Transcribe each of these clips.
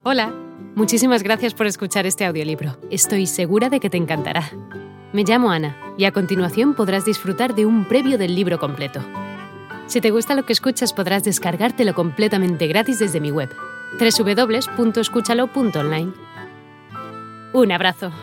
Hola, muchísimas gracias por escuchar este audiolibro. Estoy segura de que te encantará. Me llamo Ana y a continuación podrás disfrutar de un previo del libro completo. Si te gusta lo que escuchas, podrás descargártelo completamente gratis desde mi web, www.escúchalo.online. Un abrazo.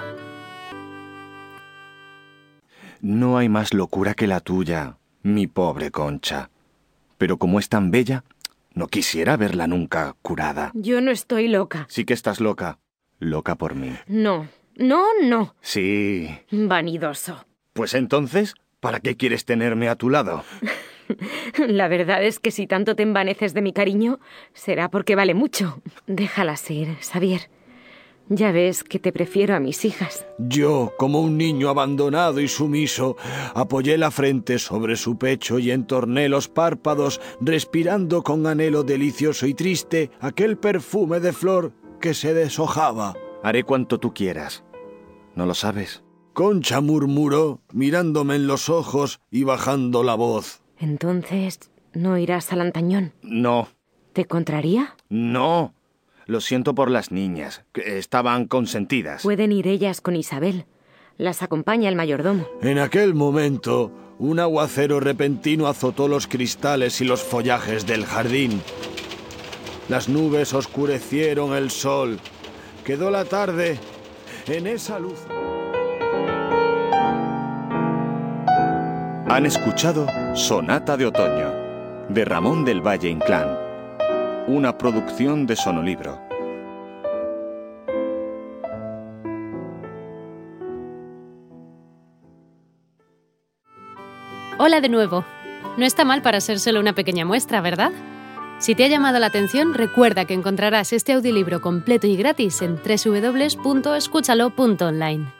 No hay más locura que la tuya, mi pobre Concha. Pero como es tan bella, no quisiera verla nunca curada. Yo no estoy loca. Sí que estás loca. Loca por mí. No. Sí. Vanidoso. Pues entonces, ¿para qué quieres tenerme a tu lado? La verdad es que si tanto te envaneces de mi cariño, será porque vale mucho. Déjalas ir, Xavier. Ya ves que te prefiero a mis hijas. Yo, como un niño abandonado y sumiso, apoyé la frente sobre su pecho y entorné los párpados, respirando con anhelo delicioso y triste aquel perfume de flor que se deshojaba. Haré cuanto tú quieras. ¿No lo sabes? Concha murmuró, mirándome en los ojos y bajando la voz. Entonces, ¿no irás al Lantañón? No. ¿Te contraría? No. Lo siento por las niñas, que estaban consentidas. Pueden ir ellas con Isabel. Las acompaña el mayordomo. En aquel momento, un aguacero repentino azotó los cristales y los follajes del jardín. Las nubes oscurecieron el sol. Quedó la tarde en esa luz. Han escuchado Sonata de Otoño, de Ramón del Valle Inclán. Una producción de Sonolibro. Hola de nuevo. No está mal para ser solo una pequeña muestra, ¿verdad? Si te ha llamado la atención, recuerda que encontrarás este audiolibro completo y gratis en www.escúchalo.online.